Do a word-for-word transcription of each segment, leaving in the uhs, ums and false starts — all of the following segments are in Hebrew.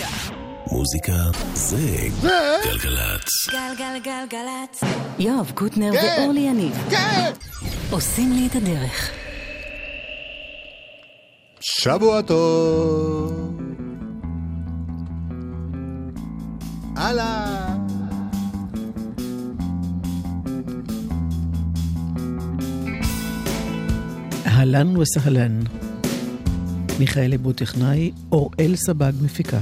מוזיקה. מוזיקה זה גלגלצ. גלגלגלגלצ. יואב קוטנר ואורלי יניב עושים לי את הדרך. שבוע טוב. הלאה. אהלן וסהלן. מיכאל אבו טכנאי, אוראל סבג מפיקה.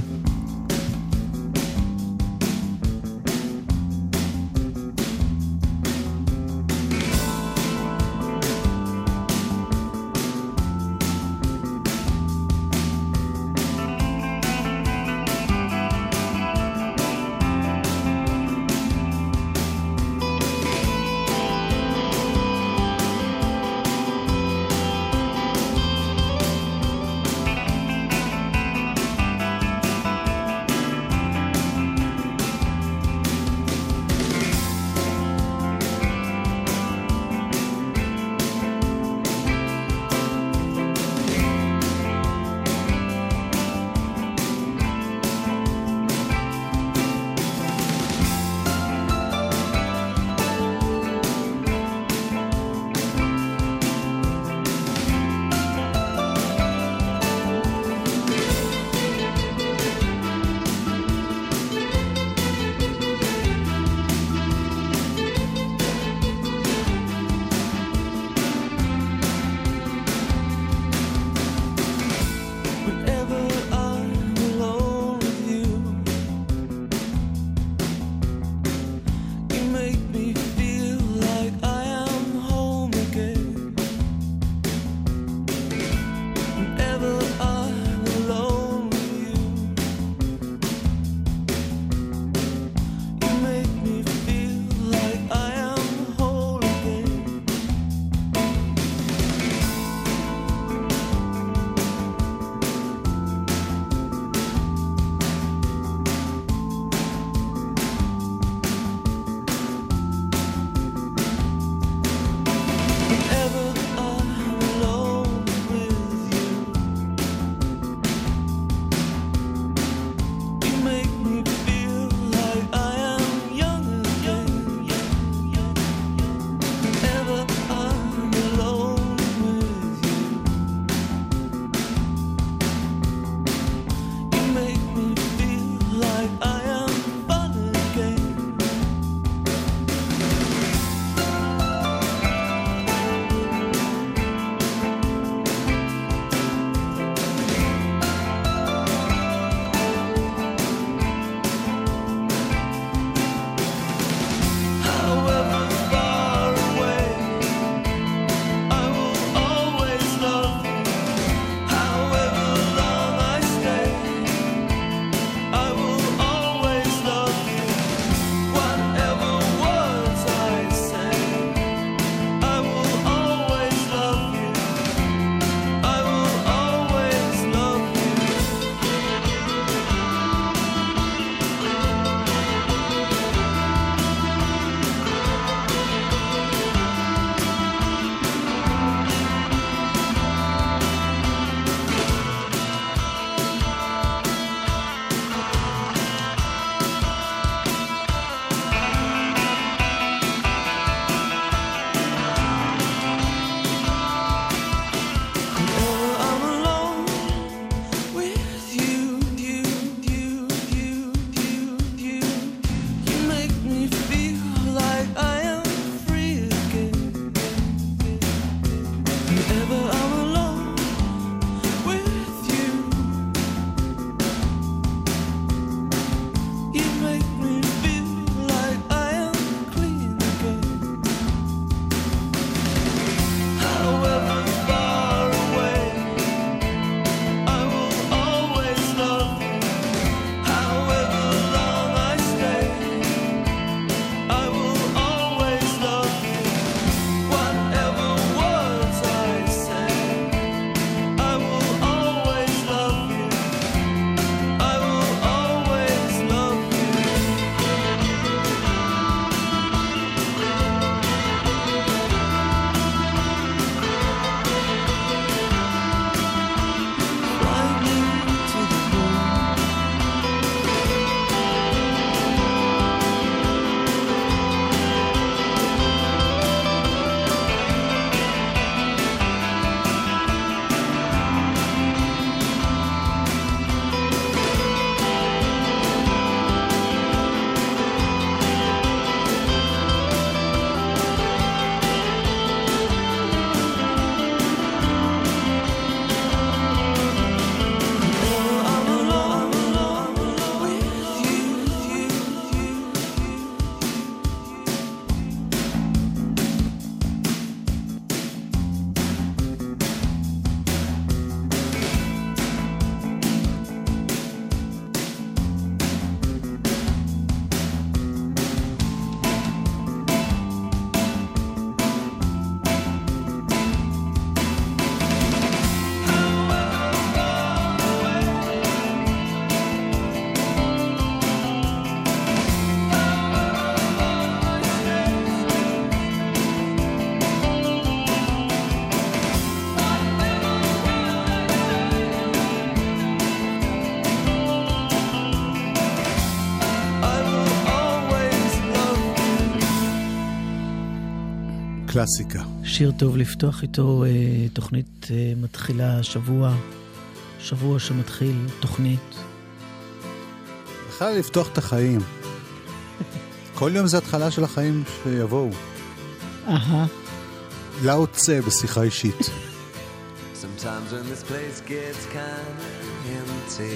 קלאסיקה. שיר טוב לפתוח איתו, תוכנית מתחילה שבוע, שבוע שמתחיל תוכנית. בכלל לפתוח את החיים. כל יום זה התחלה של החיים שיבואו. אהה. לאו צה בשיחה אישית. Sometimes when this place gets kind of empty,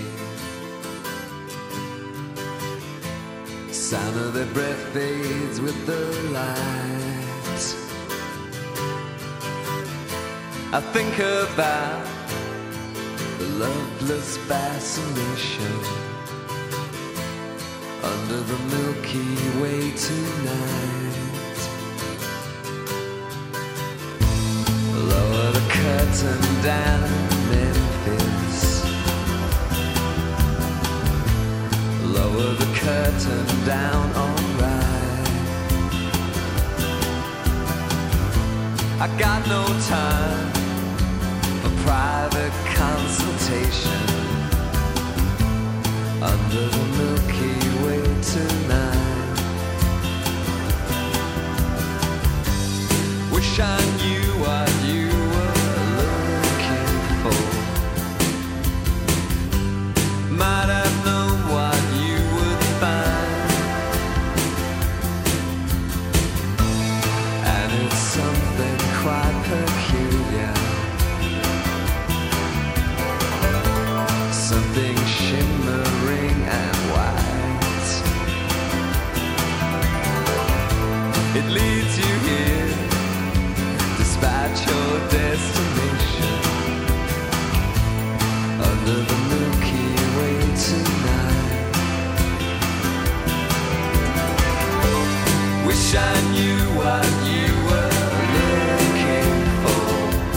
sound of their breath fades with the light. I think about the loveless fascination under the Milky Way tonight. Lower the curtain down Memphis, lower the curtain down, alright. I got no time for private consultation under the Milky Way tonight. Wish I knew what you were looking for. Might have known what you would find. And it's something quite peculiar, something shimmering and white. It leads you here despite your destination under the Milky Way tonight. Wish I knew what you were looking for.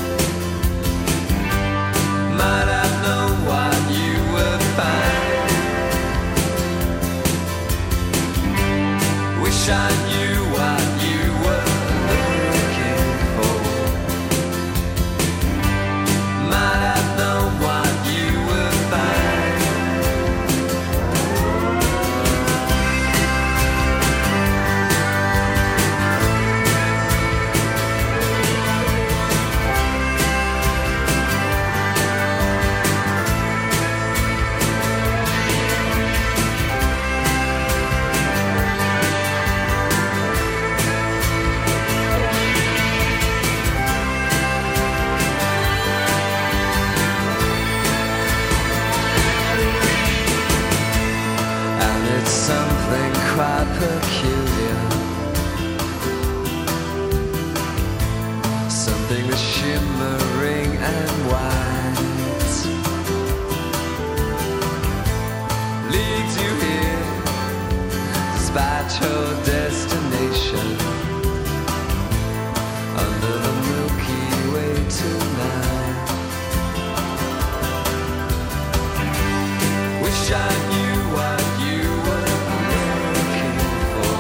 Might have known what you would find. Wish I knew what you were looking for. Might have known what you would find. And it's something quite peculiar, something that's shimmering and white. Leads you here despite your destination under the Milky Way tonight. Wish I knew what you were looking for.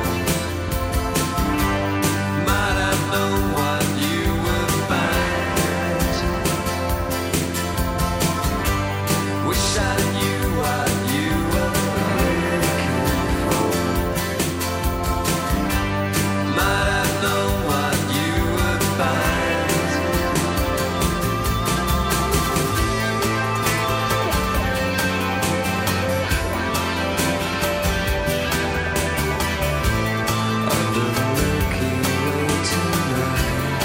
Might have known what you would find. Wish I knew what you were looking for. Might have known what you would find. Under the Milky Way tonight.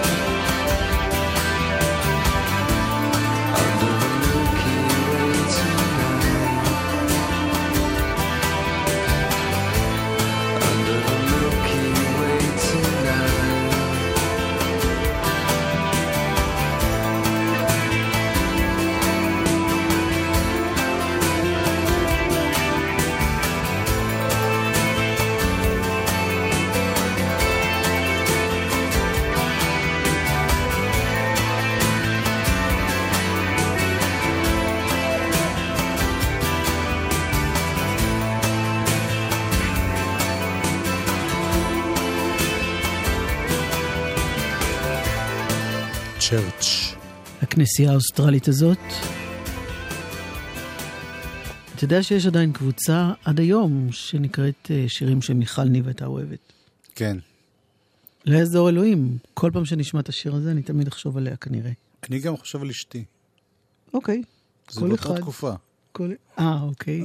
Under the Milky Way tonight. Under the Milky Way tonight. צ'רץ'. הכנסייה האוסטרלית הזאת. אתה יודע שיש עדיין קבוצה עד היום שנקראת שירים שמיכל ניב הייתה אוהבת. כן. לא יעזור אלוהים. כל פעם שנשמע את השיר הזה, אני תמיד אחשוב עליה כנראה. אני גם חושב על אשתי. אוקיי. זה באותה תקופה. אה, אוקיי.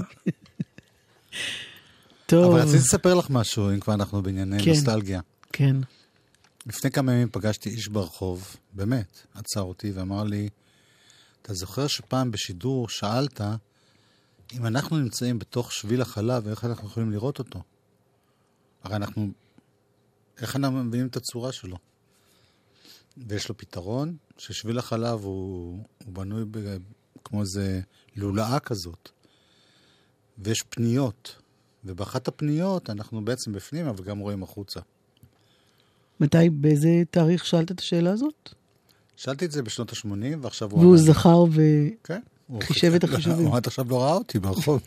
טוב. אבל רציתי לספר לך משהו, אם כבר אנחנו בענייני כן. נוסטלגיה. כן. לפני כמה ימים פגשתי איש ברחוב, באמת, עצר אותי ואמר לי, אתה זוכר שפעם בשידור שאלת אם אנחנו נמצאים בתוך שביל החלב ואיך אנחנו יכולים לראות אותו? הרי אנחנו, איך אנחנו מבינים את הצורה שלו? ויש לו פתרון ששביל החלב הוא, הוא בנוי ב, כמו איזה לולאה כזאת. ויש פניות, ובאחת הפניות אנחנו בעצם בפנים, אבל גם רואים החוצה. מתי, באיזה תאריך שאלת את השאלה הזאת? שאלתי את זה בשנות ה-שמונים, ועכשיו הוא... והוא זכר כן. וחישב את החישובים. הוא עד עכשיו לא ראה אותי ברחוב.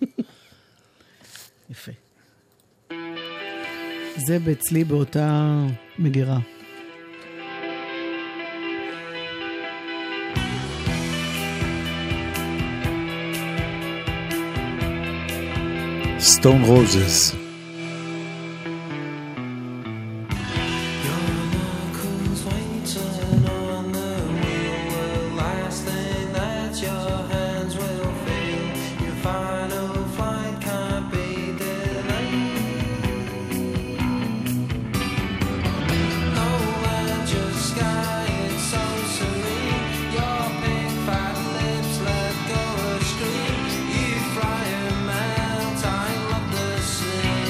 יפה. זה אצלי באותה מגירה. Stone Roses. You fly a mile, time of the sea.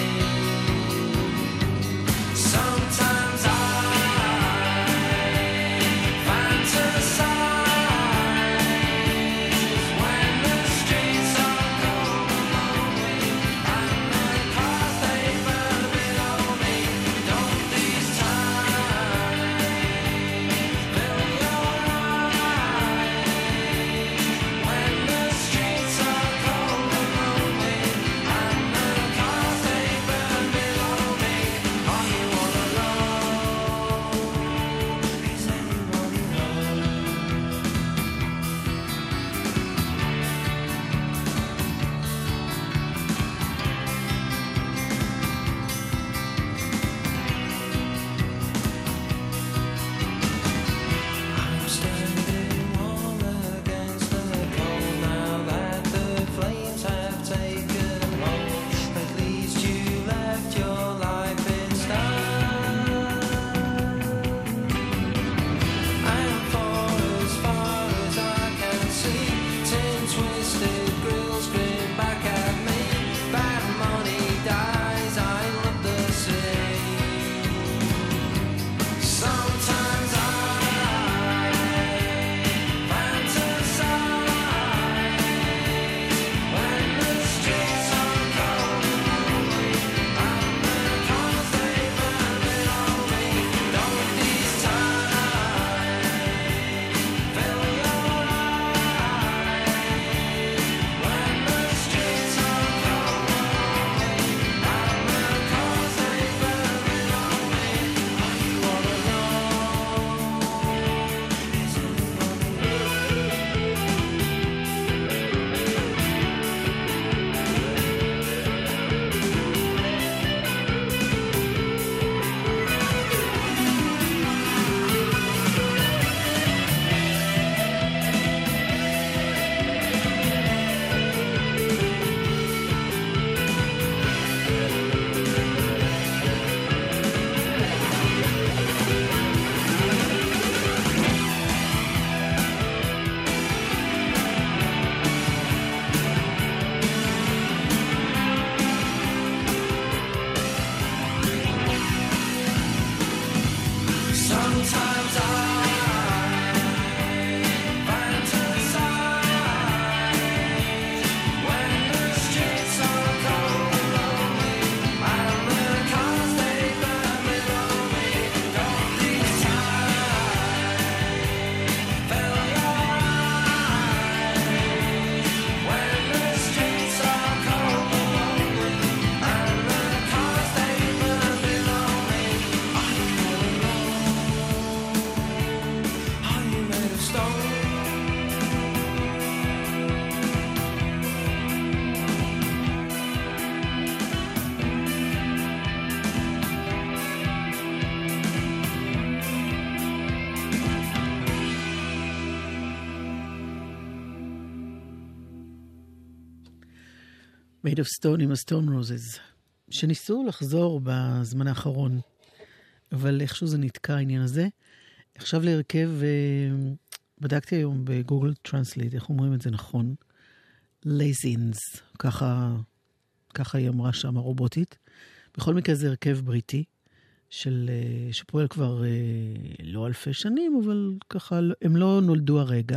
Made of Stone עם ה-Stone Roses, שניסו לחזור בזמן האחרון, אבל איכשהו זה נתקע העניין הזה. עכשיו להרכב, בדקתי היום בגוגל טרנסליט, איך אומרים את זה נכון? לייזינס, ככה, ככה היא אמרה שם הרובוטית. בכל מקרה זה הרכב בריטי, של, שפועל כבר לא אלפי שנים, אבל ככה הם לא נולדו הרגע.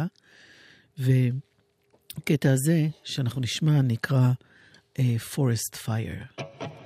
וקטע הזה שאנחנו נשמע נקרא uh, Forest Fire.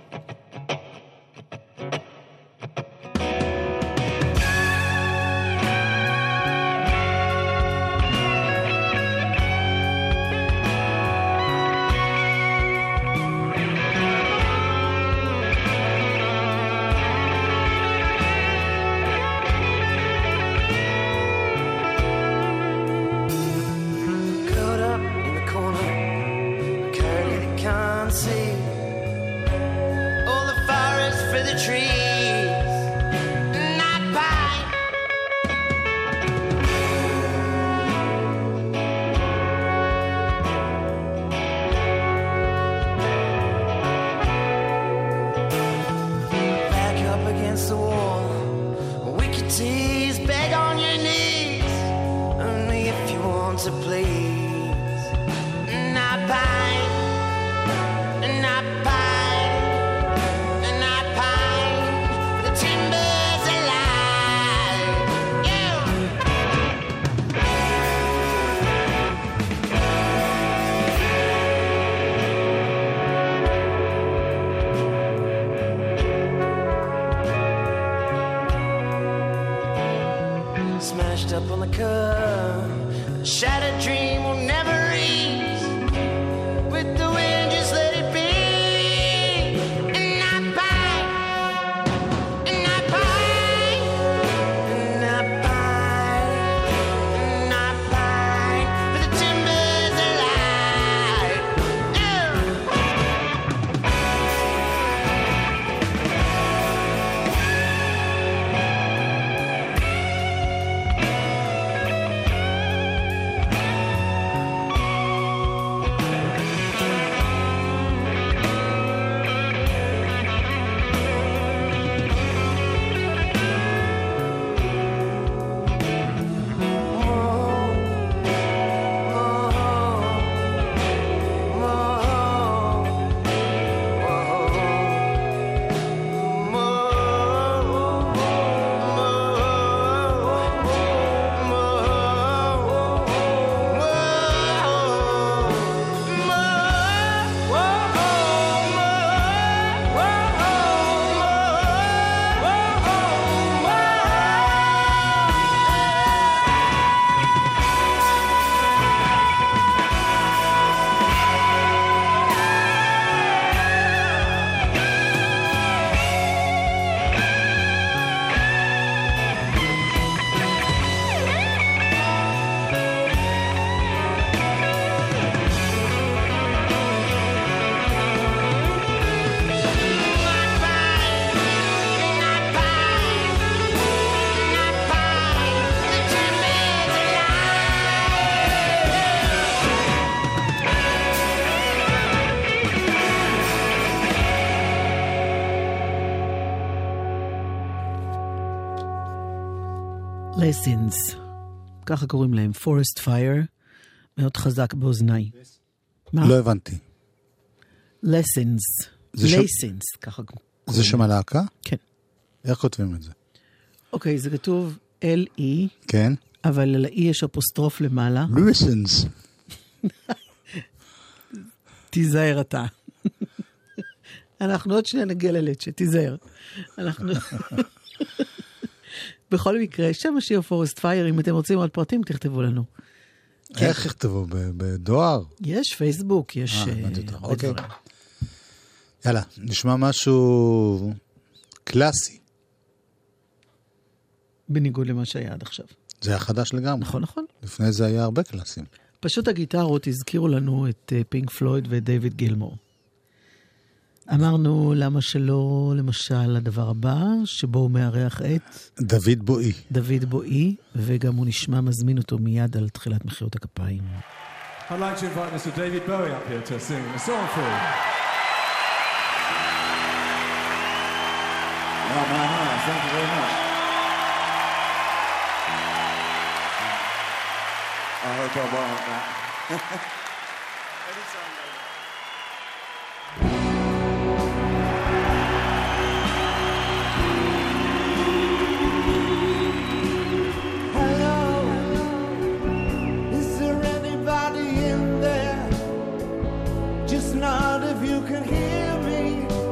Lessons, ככה קוראים להם, Forest Fire, מאוד חזק באוזניי. מה? לא הבנתי. Lessons, Lessons, ככה קוראים. זה שם הלהקה? כן. איך כותבים את זה? אוקיי, זה כתוב L-E, כן. אבל ל-E יש אפוסטרוף למעלה. Lessons. תיזהר אתה. אנחנו עוד שנייה נגיע ללצ'ה, תיזהר. אנחנו... בכל מקרה, שם השיר פורסט פייר, אם אתם רוצים עוד פרטים, תכתבו לנו. איך תכתבו? בדואר? יש פייסבוק, יש... אוקיי. יאללה, נשמע משהו קלאסי. בניגוד למה שהיה עד עכשיו. זה היה חדש לגמרי. נכון, נכון. לפני זה היה הרבה קלאסים. פשוט הגיטרות הזכירו לנו את פינק פלויד ודייוויד גילמור. אמרנו למה שלא, למשל, הדבר הבא, שבו הוא מארח את... דוד בואי. דוד בואי, וגם הוא נשמע מזמין אותו מיד על תחילת מחיאות הכפיים. I'd like to invite Mister David Bowie up here to sing a song for you. Oh, my heart. Thank you very much. I hope I won't that. Hello, is there anybody in there? Just nod if you can hear me.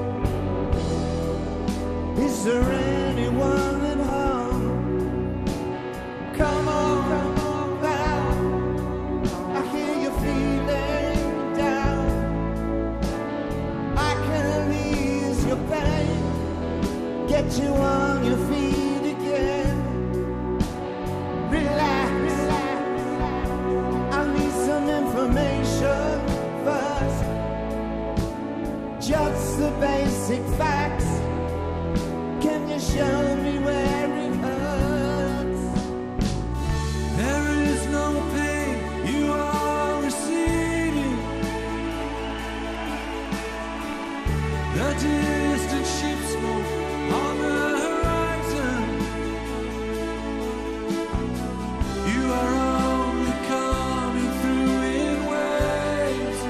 Is there anyone at home? Come on, come on now. I hear you feeling down. I can ease your pain, get you on your feet again. Relax, relax. I need some information first. Just the basic facts. Can you show me where it hurts? There is no pain, you are receding. The distant ship smoke on the horizon. You are only coming through in waves.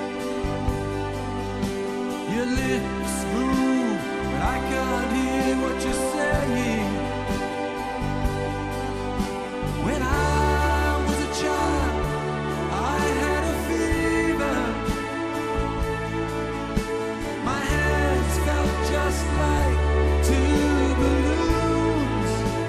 Your lips move, but I can't hear what you're saying. When I was a child, I had a fever. My hands felt just like two balloons.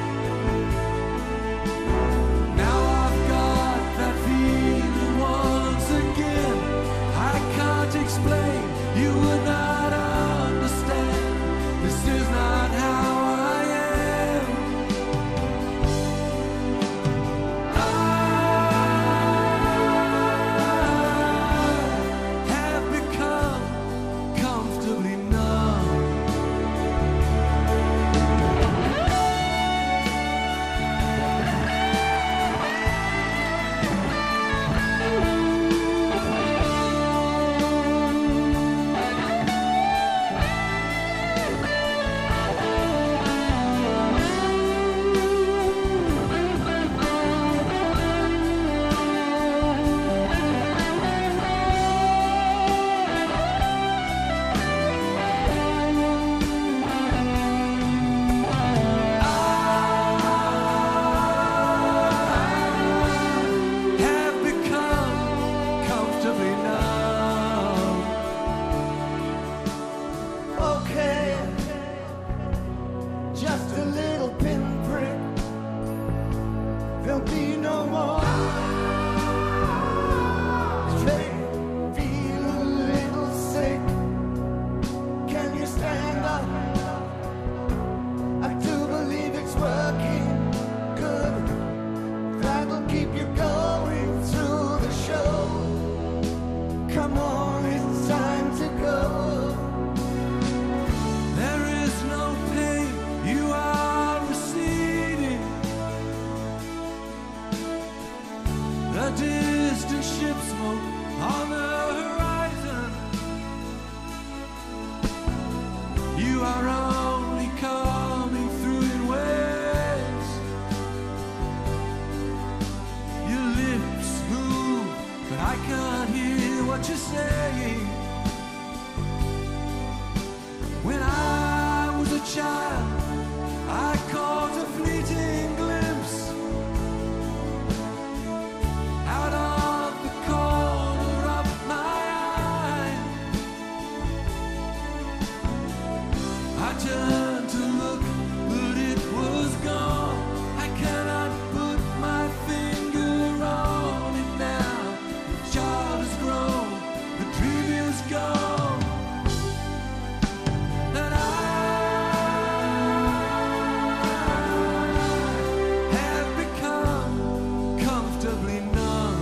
Now I've got that feeling once again. I can't explain, you would not understand. This is not how I am. I have become comfortably numb. Have become comfortably numb. Okay, just a little pinprick. There'll be no more. Straight, feel a little sick. Can you stand up? I do believe it's working. Good. That'll keep you going through the show. Come on, it's time to go. There is no pain, you are receding. The distant ship smoke on the horizon. You are only coming through in waves. Your lips move, but I can't hear what you're saying. When I was a child, I caught a fleeting glimpse out of the corner of my eye. I turned to look, but it was gone. I cannot put my finger on it now. The child has grown, the dream is gone. That I have become comfortably numb.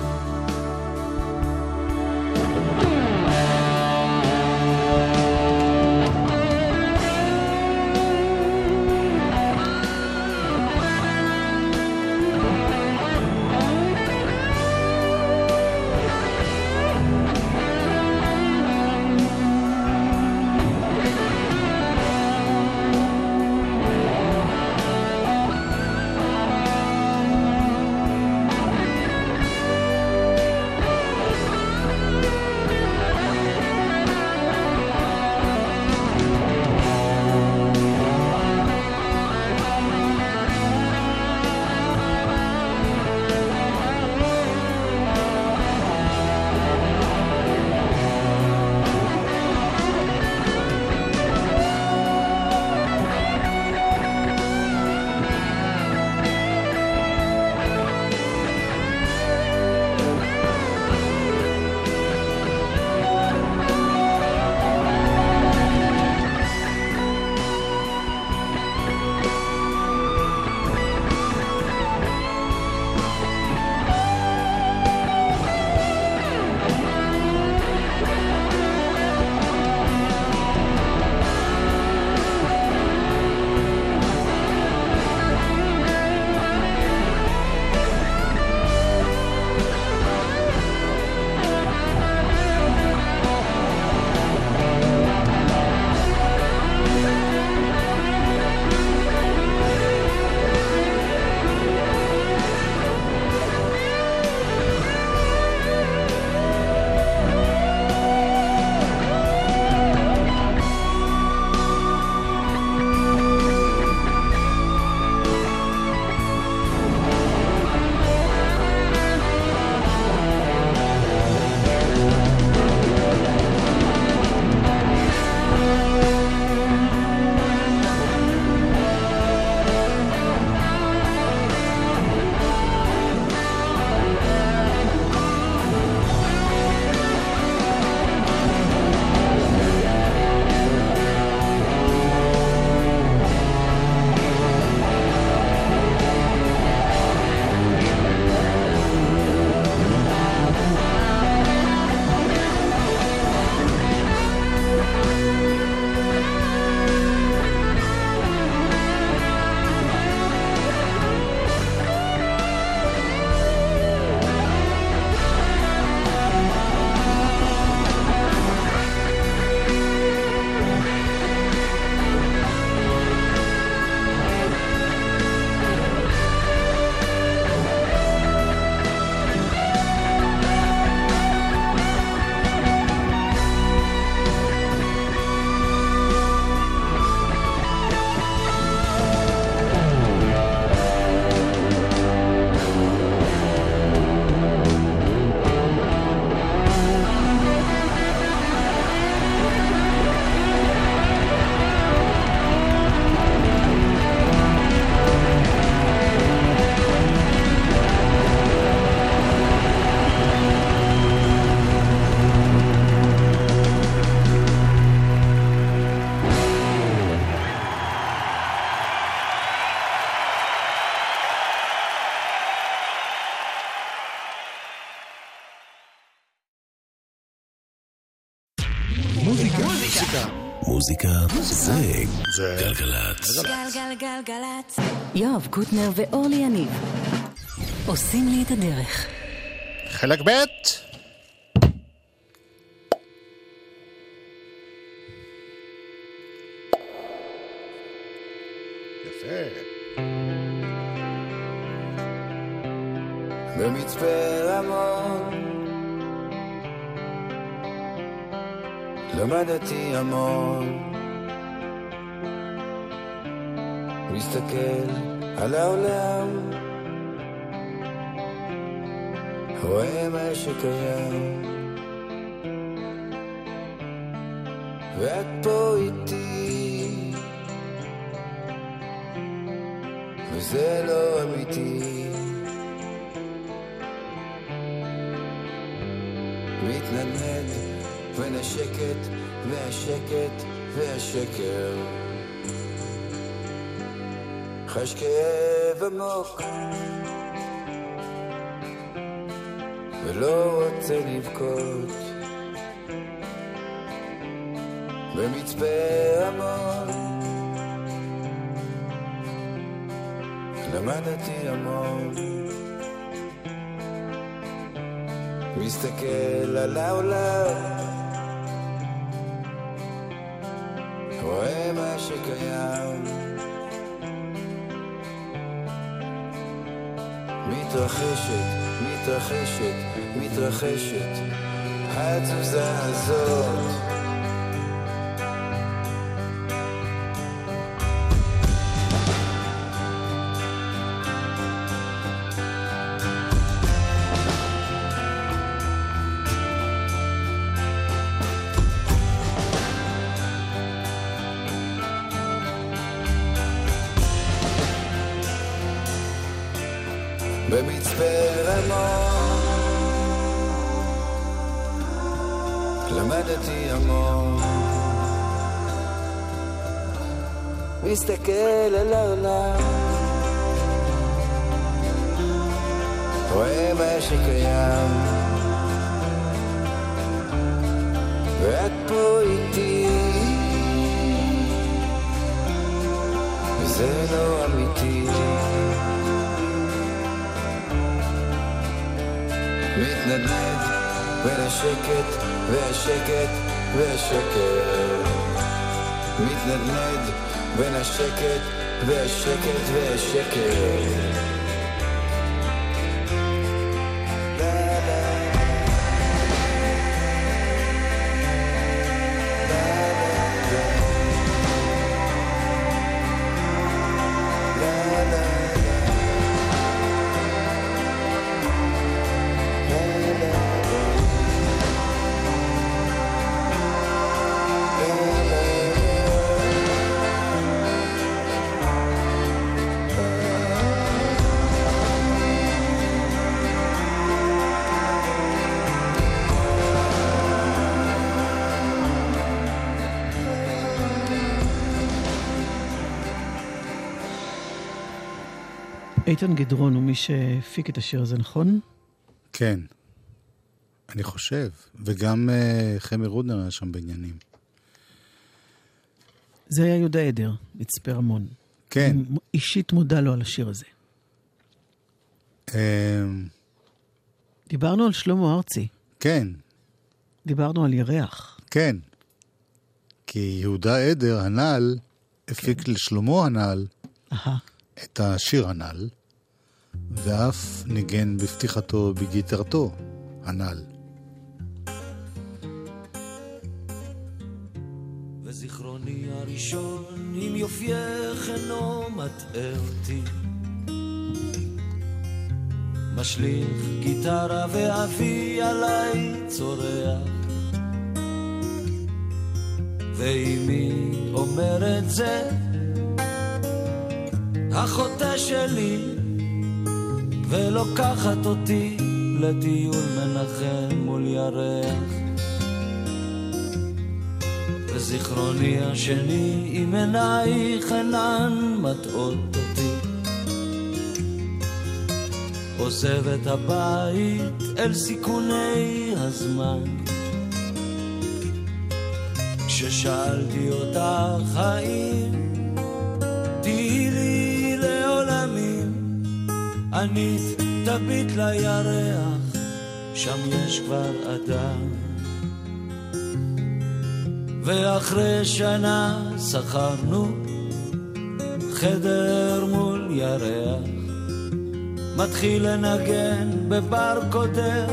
מוזיקה. מוזיקה זה גלגלצ. גלגלגלגלצ. יואב קוטנר ואורלי יניב עושים לי את הדרך. חלק ב'. במצפה רמון למדתי המון, מסתכל על העולם, רואה מה שקיים, ואת פה איתי, וזה לא אמיתי. מתנדנד בין השקט והשקט והשקר, חש כאב עמוק ולא רוצה לבכות. במצפה רמון למדתי המון, מסתכל על העולם, רואה מה שקיים, מתרחשת, מתרחשת, מתרחשת התזוזה הזאת. במצפה רמון למדתי המון, מסתכל על העולם, רואה מה שקיים, ואת פה איתי, וזה לא אמיתי. מתנדנד בין השקט והשקט והשקר, מתנדנד בין השקט והשקט והשקר. איתן גדרון הוא מי שהפיק את השיר הזה, נכון? כן, אני חושב. וגם uh, חמי רודנר היה שם בעניינים. זה היה יהודה עדר, מצפה רמון. כן. אני אישית מודה לו על השיר הזה. Um... דיברנו על שלמה ארצי. כן. דיברנו על ירח. כן. כי יהודה עדר, הנעל, הפיק כן. לשלמה הנעל. אהה. את השיר הנעל, ואף ניגן בפתיחתו בגיטרתו, הנעל. וזיכרוני הראשון עם יופייך אינו מטעה אותי, משליך גיטרה ואבי עליי צורח, ואמי אומרת זה אחותה שלי, ולוקחת אותי לטיול מנחם מול ירח. וזיכרוני השני עם עינייך אינן מטעות אותי, עוזב את הבית אל סיכוני הזמן, כששאלתי אותך האם תהי לי לעולמים, ענית תביט לירח, שם יש כבר אדם. ואחרי שנה שכרנו חדר מול ירח, מתחיל לנגן בבר קוטר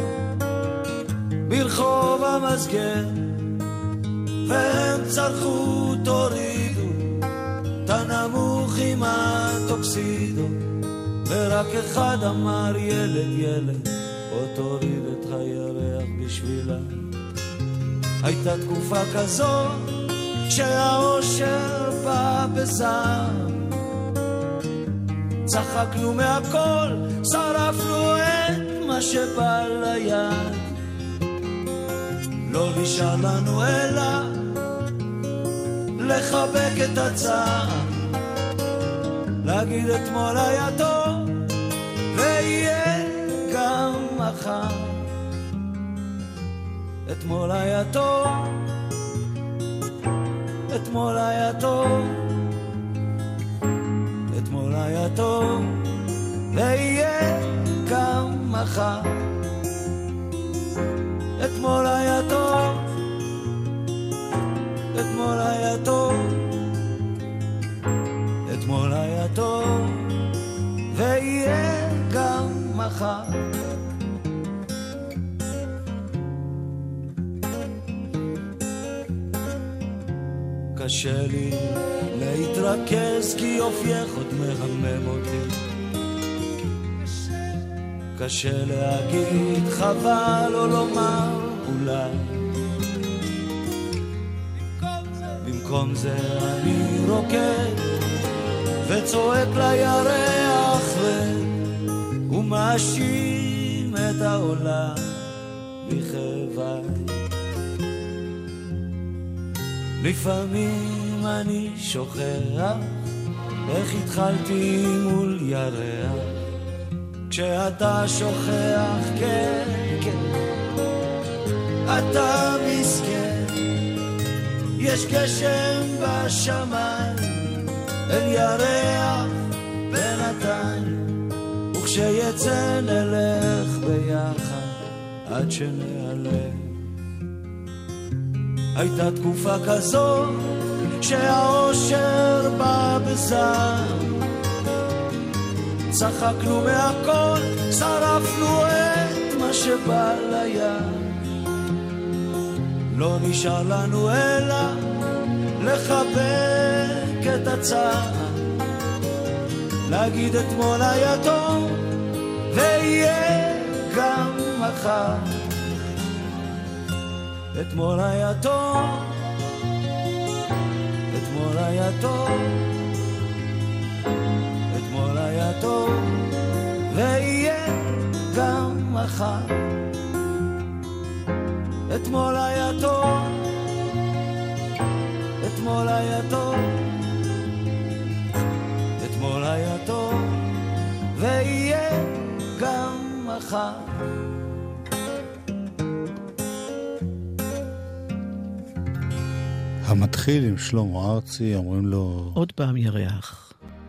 ברחוב המסגר, והם צרחו תורידו תנמוך עם הטוקסידו, ורק אחד אמר ילד ילד בוא תוריד את הירח בשבילה. הייתה תקופה כזו שהאושר בא בזעם, צחקנו מהכל, שרפנו את מה שבא ליד, לא נשאר לנו אלא לחבק את הצער, להגיד אתמול היה טוב ויהיה גם מחר. אתמול היה טוב, אתמול היה טוב, אתמול היה טוב ויהיה גם מחר. אתמול היה טוב, אתמול היה טוב, אתמול היה טוב ויהיה גם מחר. קשה לי להתרכז כי אופייך עוד מהמם אותי, קשה להגיד חבל או לומר אולי, במקום זה אני רוקד וצועק לירח ומאשים את העולם בכאביי. לפעמים אני שוכח איך התחלתי מול ירח, כשאתה שוכח כן כן אתה מסכן, יש גשם בשמיים אל ירח בינתיים, וכשיצא נלך ביחד עד שנעלם. הייתה תקופה כזו שהאושר בא בזעם, צחקנו מהכל, שרפנו את מה שבא ליד, לא נשאר לנו אלא לחבק את הצער, להגיד אתמול היה טוב ויהיה גם מחר. אתמול היה טוב, אתמול היה טוב, אתמול היה טוב ויהיה גם מחר. אתמול היה טוב, אתמול היה טוב, אתמול היה טוב ויהיה גם מחר. המתחיל עם שלמה ארצי, אומרים לו עוד פעם ירח.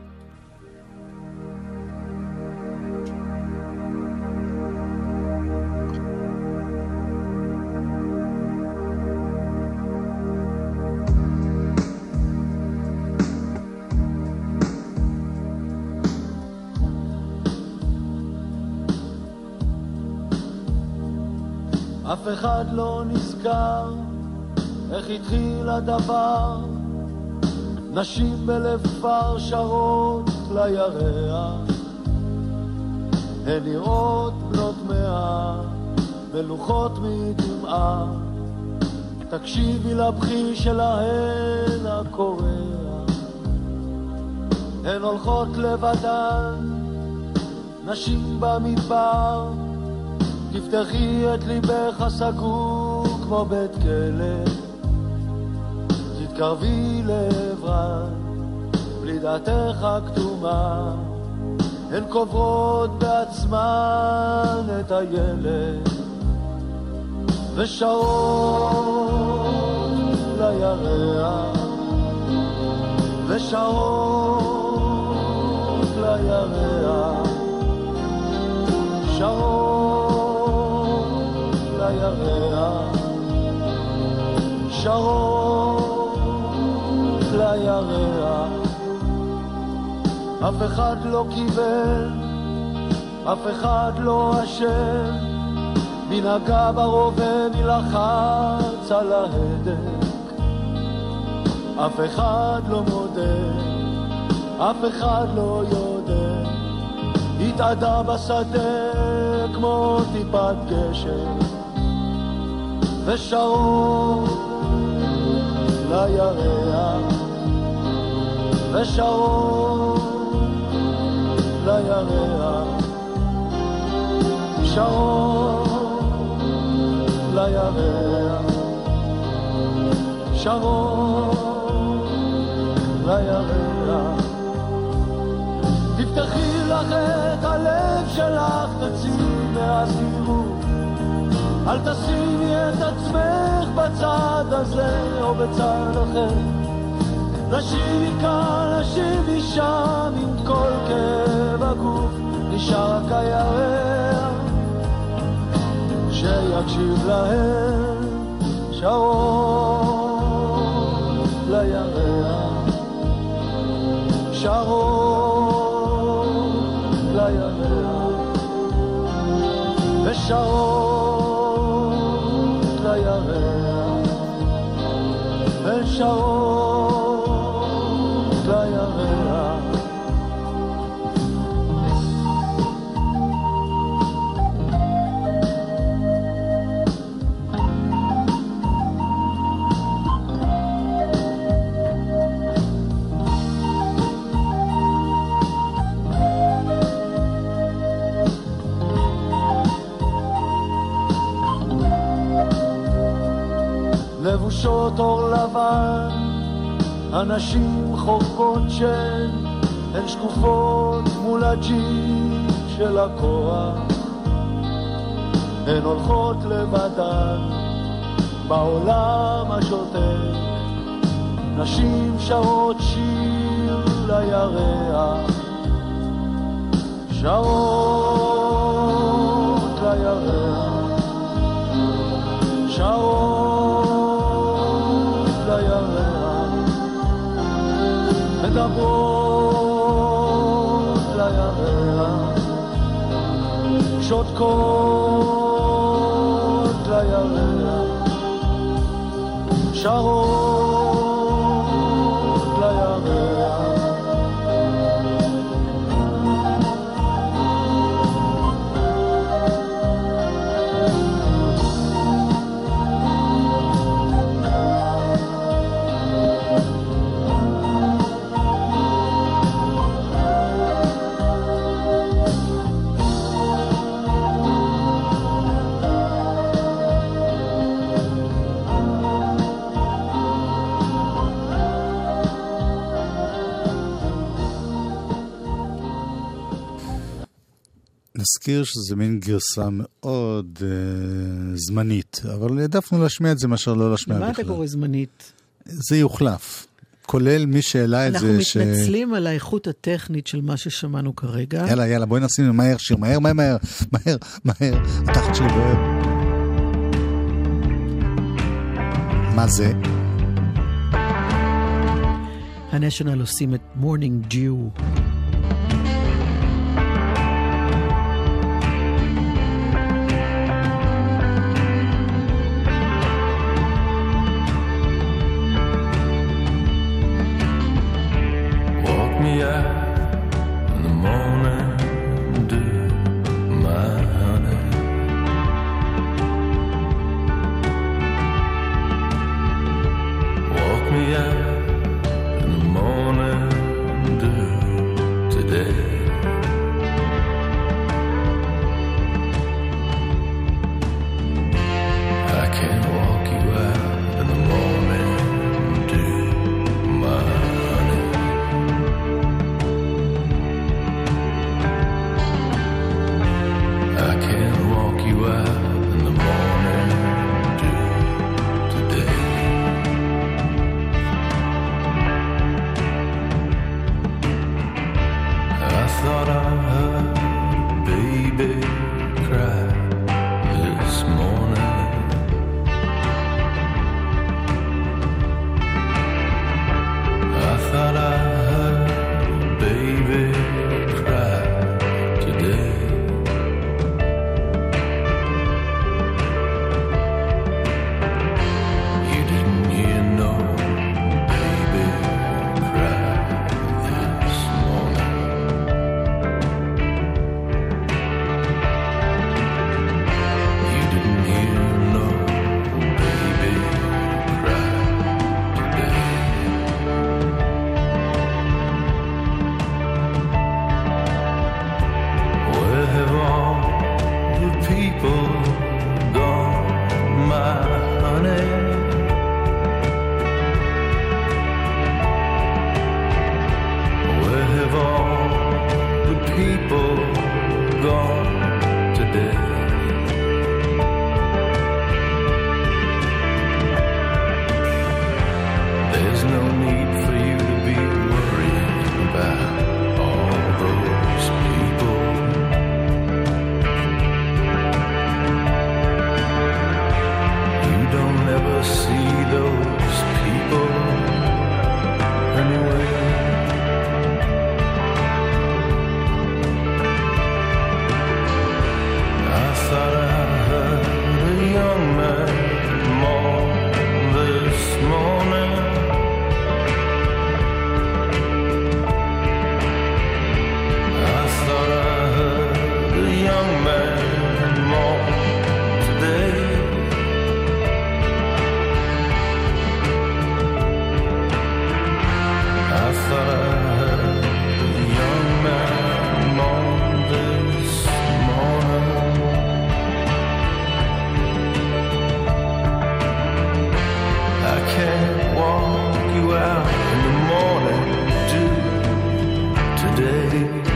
אף אחד לא נזכר איך התחיל הדבר, נשים בלב כפר שרות לירח, הן נראות בנות מאה, מלוכות מדמעה, תקשיבי לבכי שלהן הקורע, הן הולכות לבדן, נשים במדבר, תפתחי את ליבך הסגור כמו בית כלא, תתקרבי לעברן בלי דעתך הכתומה, הן קוברות בעצמן את הילד ושרות לירח, לירח ושרות לירח שרות לירח שרות לירח אף אחד לא קיבל אף אחד לא אשם מי נגע ברובה מי לחץ על ההדק אף אחד לא מודה אף אחד לא יודע התעדה בשדה כמו טיפת גשם ושרות לירח ושרות לירח שרות לירח שרות לירח תפתחי לך את הלב שלך תצאי מהסירות אל תשימי את עצמך בצד הזה או בצד אחר נשיבי כאן, נשיבי שם עם כל כאב הגוף נשאר רק הירח שיקשיב להם שרות לירח שרות לירח ושרות לירח ושרות לירח לבושות אור לבן הנשים חורפות שן הן שקופות מול הג'יפ של הכוח הן הולכות לבדן בעולם השותק נשים שרות שיר לירח שרות לירח שרות לירח מדברות לירח שותקות לירח שרות לירח נזכיר שזה מין גרסה מאוד uh, זמנית, אבל העדפנו להשמיע את זה מאשר לא להשמיע בכלל. מה אתה קורא זמנית? זה יוחלף. כולל מי שאלה את זה ש... אנחנו מתנצלים על האיכות הטכנית של מה ששמענו כרגע. יאללה, יאללה, בואי נשים מהר שיר, מהר, מהר, מהר, מהר, מהר, התחת שלי בוער. מה זה? הנשיונל עושים את Morning Dew. those people anyway? I thought I heard a young man moan this morning. I thought I heard a young man moan today. I thought I heard a young man moan this morning. I can't walk you out in the morning dew today.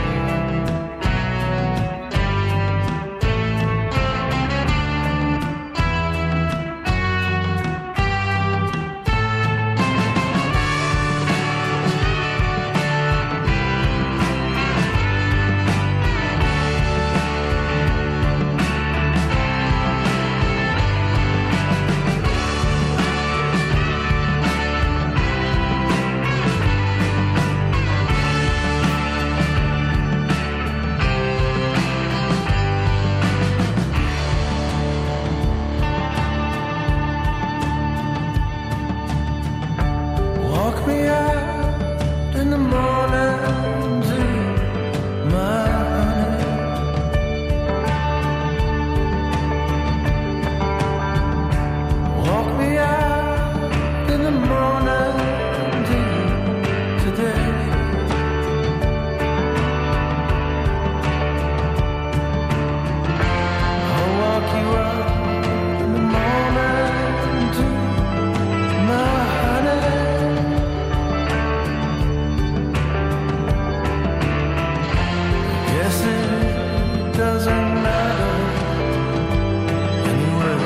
Walk me out in the morning to my honey. Walk me out in the morning to today. I'll walk you out in the morning to my honey. Guess it doesn't matter anyway.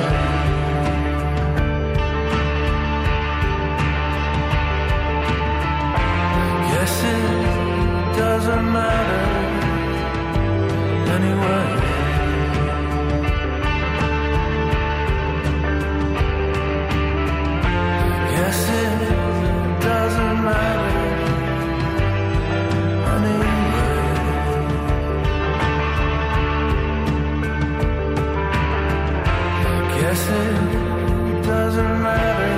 Guess it doesn't matter anyway. Guess it doesn't matter anyway. Guess it doesn't matter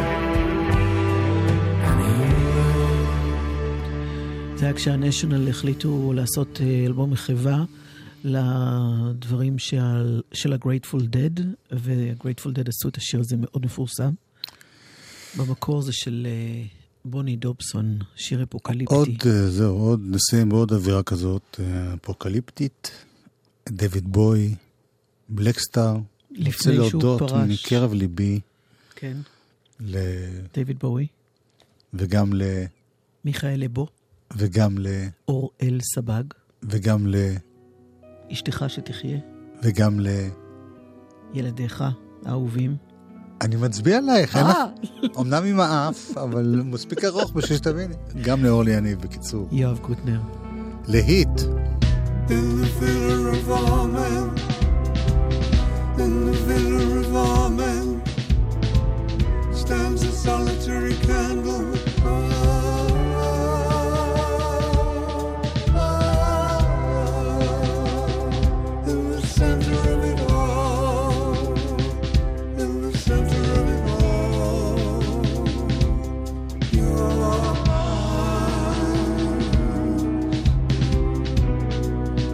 anyway. זה היה כשהנשיונל החליטו לעשות אה, אלבום מחווה לדברים של, של ה-Grateful Dead, ו-Grateful Dead עשו את השיר הזה מאוד מפורסם. במקור זה של אה, בוני דובסון, שיר אפוקליפטי. עוד, אה, זהו, עוד נסיים בעוד אווירה כזאת, אה, אפוקליפטית, דויד בוי, בלקסטאר. לפני רוצה שהוא להודות פרש. מקרב ליבי כן, ל... דויד בואי, וגם ל... מיכאל לבו, וגם ל... אוראל סבג, וגם ל... אשתך שתחיה, וגם ל... ילדיך האהובים. אני מצביע עלייך, אין לך... אמנם עם האף, אבל מספיק ארוך בשביל שתביני. גם לאורלי יניב, בקיצור. יואב קוטנר. להיט. In the villa of Amen, in the villa of Amen, stands a solitary candle. Ah, ah, ah, in the center of it all, in the center of it all, you're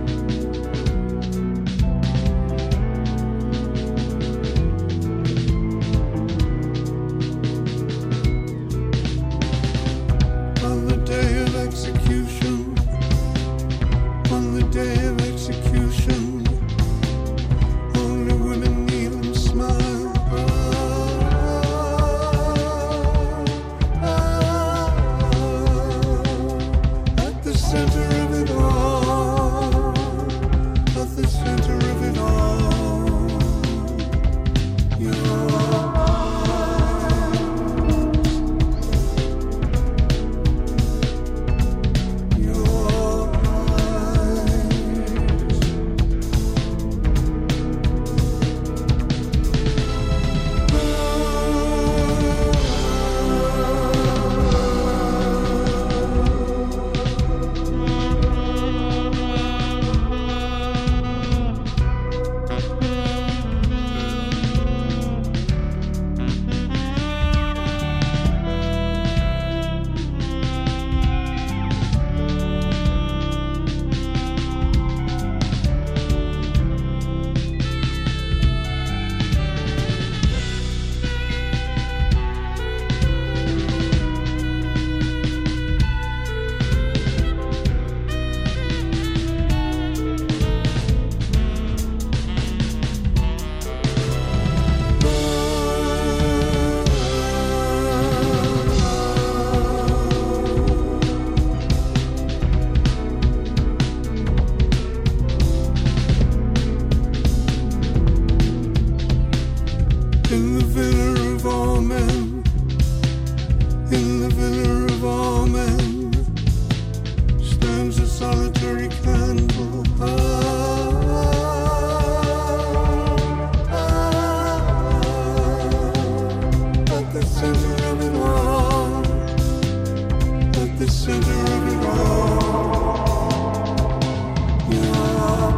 mine. the center of it all. Your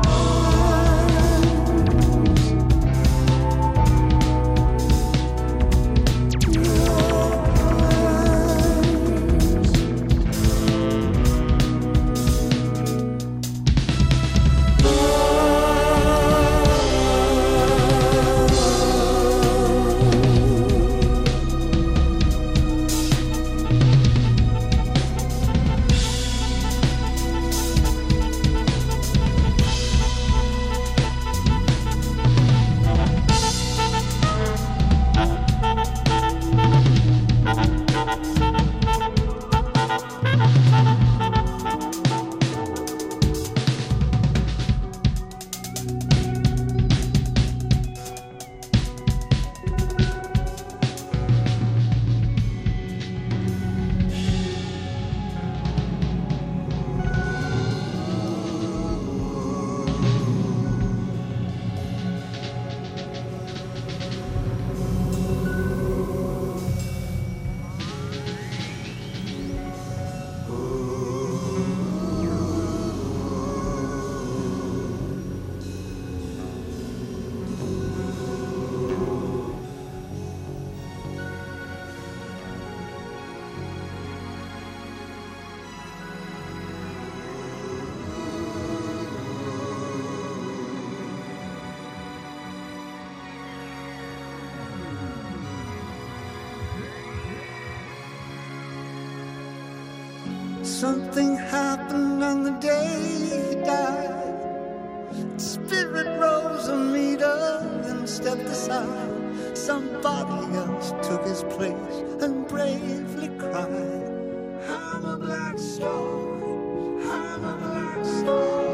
something happened on the day he died. Spirit rose a meter and stepped aside. Somebody else took his place and bravely cried, I'm a black star, I'm a black star.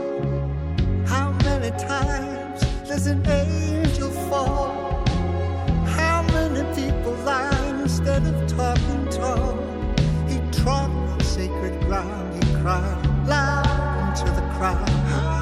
How many times does an angel fall? How many people lie instead of talking tall? He trod sacred ground, he cried loud into the crowd.